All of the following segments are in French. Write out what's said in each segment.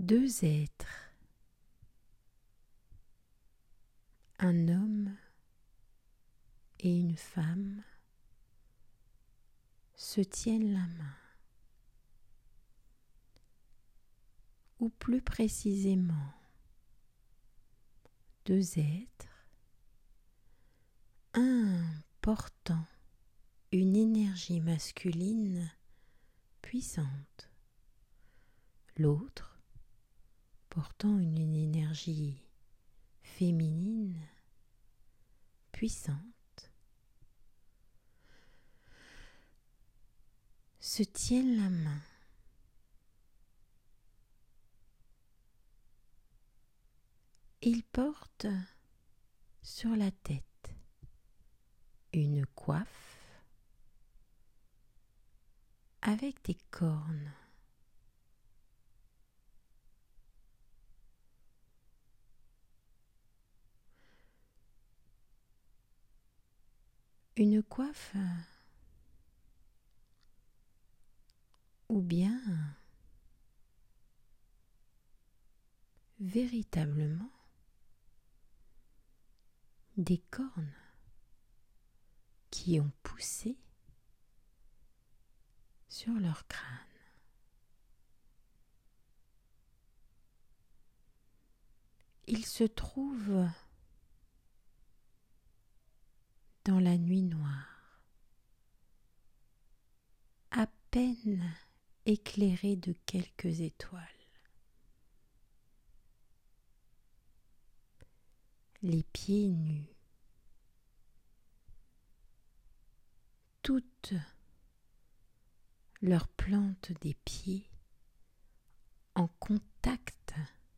Deux êtres, un homme et une femme, se tiennent la main, ou plus précisément, deux êtres, un portant une énergie masculine puissante, l'autre portant une énergie féminine puissante, se tiennent la main. Ils portent sur la tête une coiffe avec des cornes. Une coiffe ou bien véritablement des cornes qui ont poussé sur leur crâne. Ils se trouvent dans la nuit noire, à peine éclairés de quelques étoiles. Les pieds nus, toutes leurs plantes des pieds en contact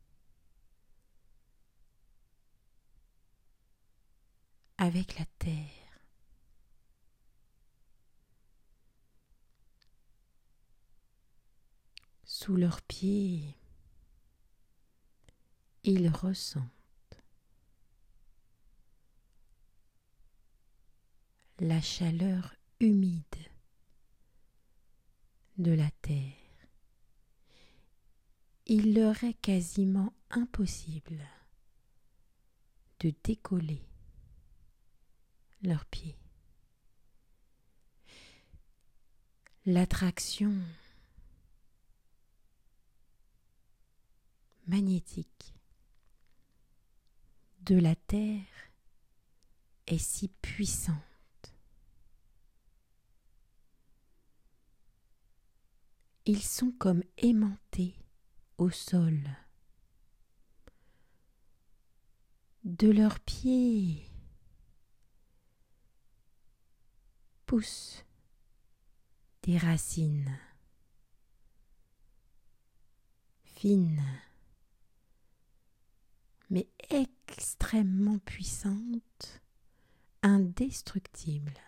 avec la terre. Sous leurs pieds, ils ressentent la chaleur humide de la terre. Il leur est quasiment impossible de décoller leurs pieds. L'attraction magnétique de la terre est si puissante. Ils sont comme aimantés au sol. De leurs pieds poussent des racines fines mais extrêmement puissantes, indestructibles.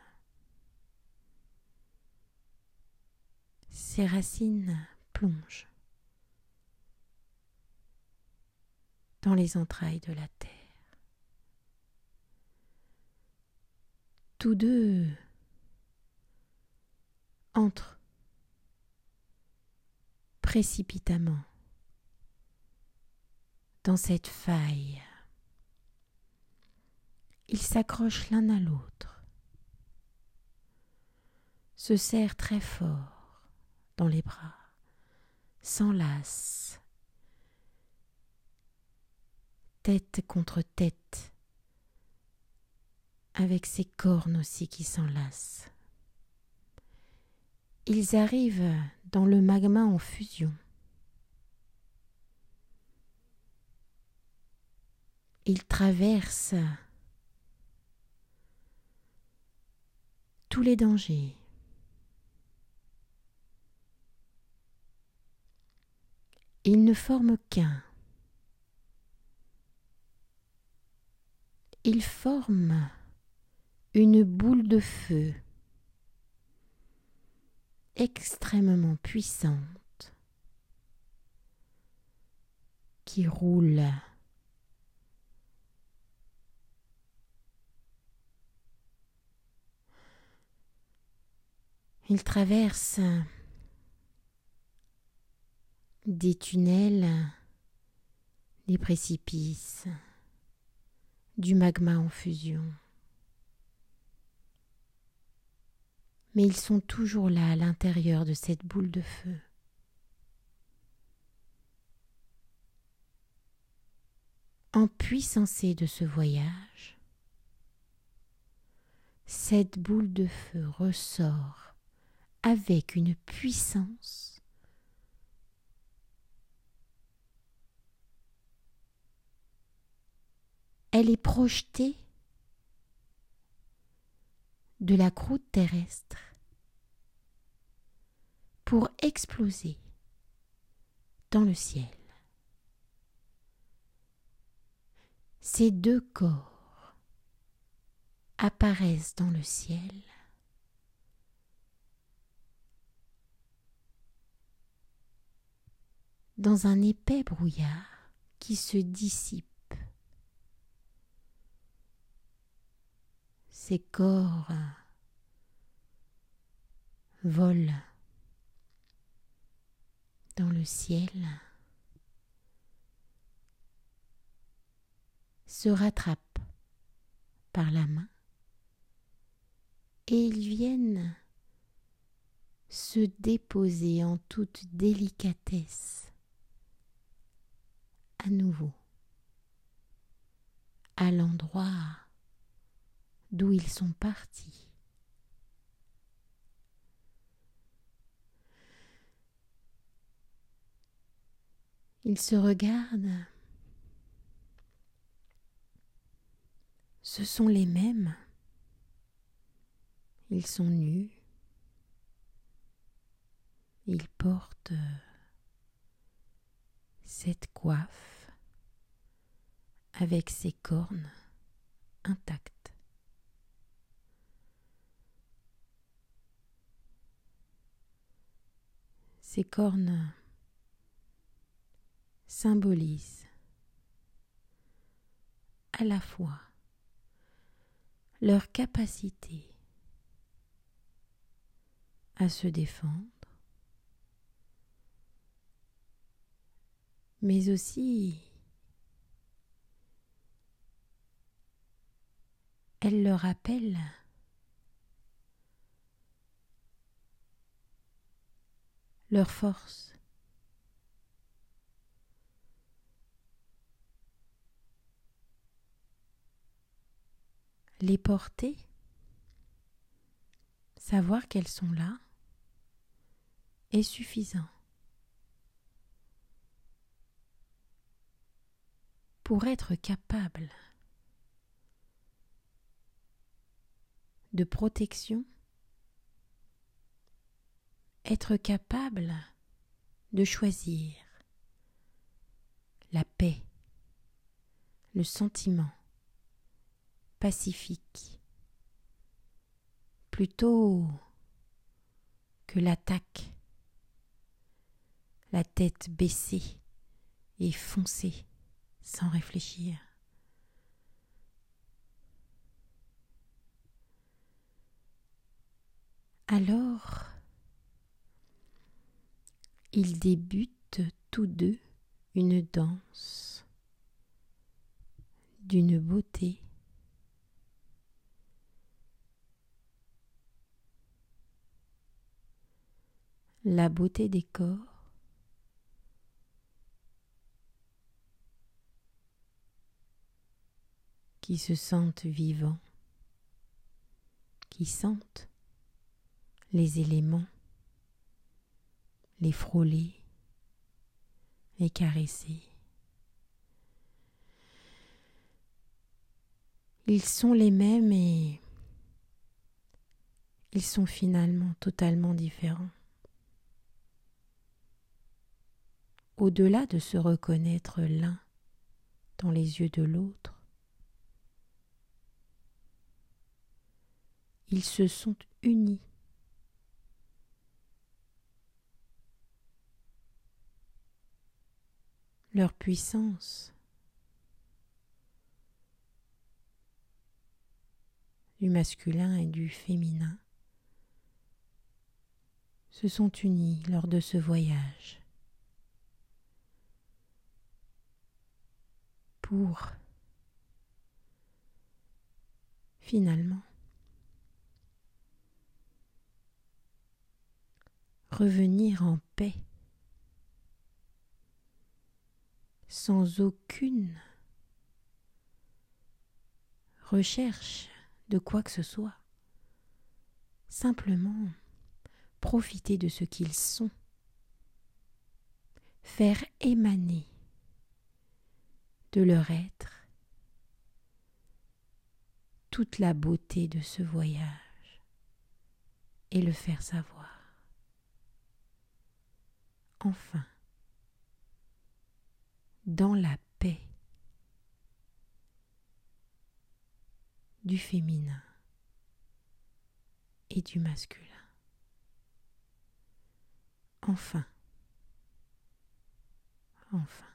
Ces racines plongent dans les entrailles de la terre. Tous deux entrent précipitamment dans cette faille. Ils s'accrochent l'un à l'autre, se serrent très fort dans les bras, s'enlacent, tête contre tête, avec ces cornes aussi qui s'enlacent. Ils arrivent dans le magma en fusion. Ils traversent tous les dangers. Ils ne forment qu'un. Ils forment une boule de feu extrêmement puissante qui roule Ils traversent des tunnels les précipices, du magma en fusion. Mais ils sont toujours là à l'intérieur de cette boule de feu. Empuissancée de ce voyage, cette boule de feu ressort avec une puissance elle est projetée de la croûte terrestre pour exploser dans le ciel. Ces deux corps apparaissent dans le ciel dans un épais brouillard qui se dissipe. Ces corps volent dans le ciel, se rattrapent par la main et ils viennent se déposer en toute délicatesse à nouveau à l'endroit d'où ils sont partis. Ils se regardent. Ce sont les mêmes. Ils sont nus. Ils portent cette coiffe avec ses cornes intactes. Ces cornes symbolisent à la fois leur capacité à se défendre, mais aussi elles leur rappellent leur force. Les porter, savoir qu'elles sont là, est suffisant pour être capable de protection, être capable de choisir la paix, le sentiment pacifique, plutôt que l'attaque, la tête baissée et foncée sans réfléchir. Alors, ils débutent tous deux une danse d'une beauté la beauté des corps qui se sentent vivants, qui sentent les éléments, les frôler, les caresser. Ils sont les mêmes et ils sont finalement totalement différents. Au-delà de se reconnaître l'un dans les yeux de l'autre, ils se sont unis. Leur puissance du masculin et du féminin se sont unis lors de ce voyage. pour finalement revenir en paix sans aucune recherche de quoi que ce soit. Simplement profiter de ce qu'ils sont, faire émaner de leur être toute la beauté de ce voyage et le faire savoir. Enfin, dans la paix du féminin et du masculin. Enfin.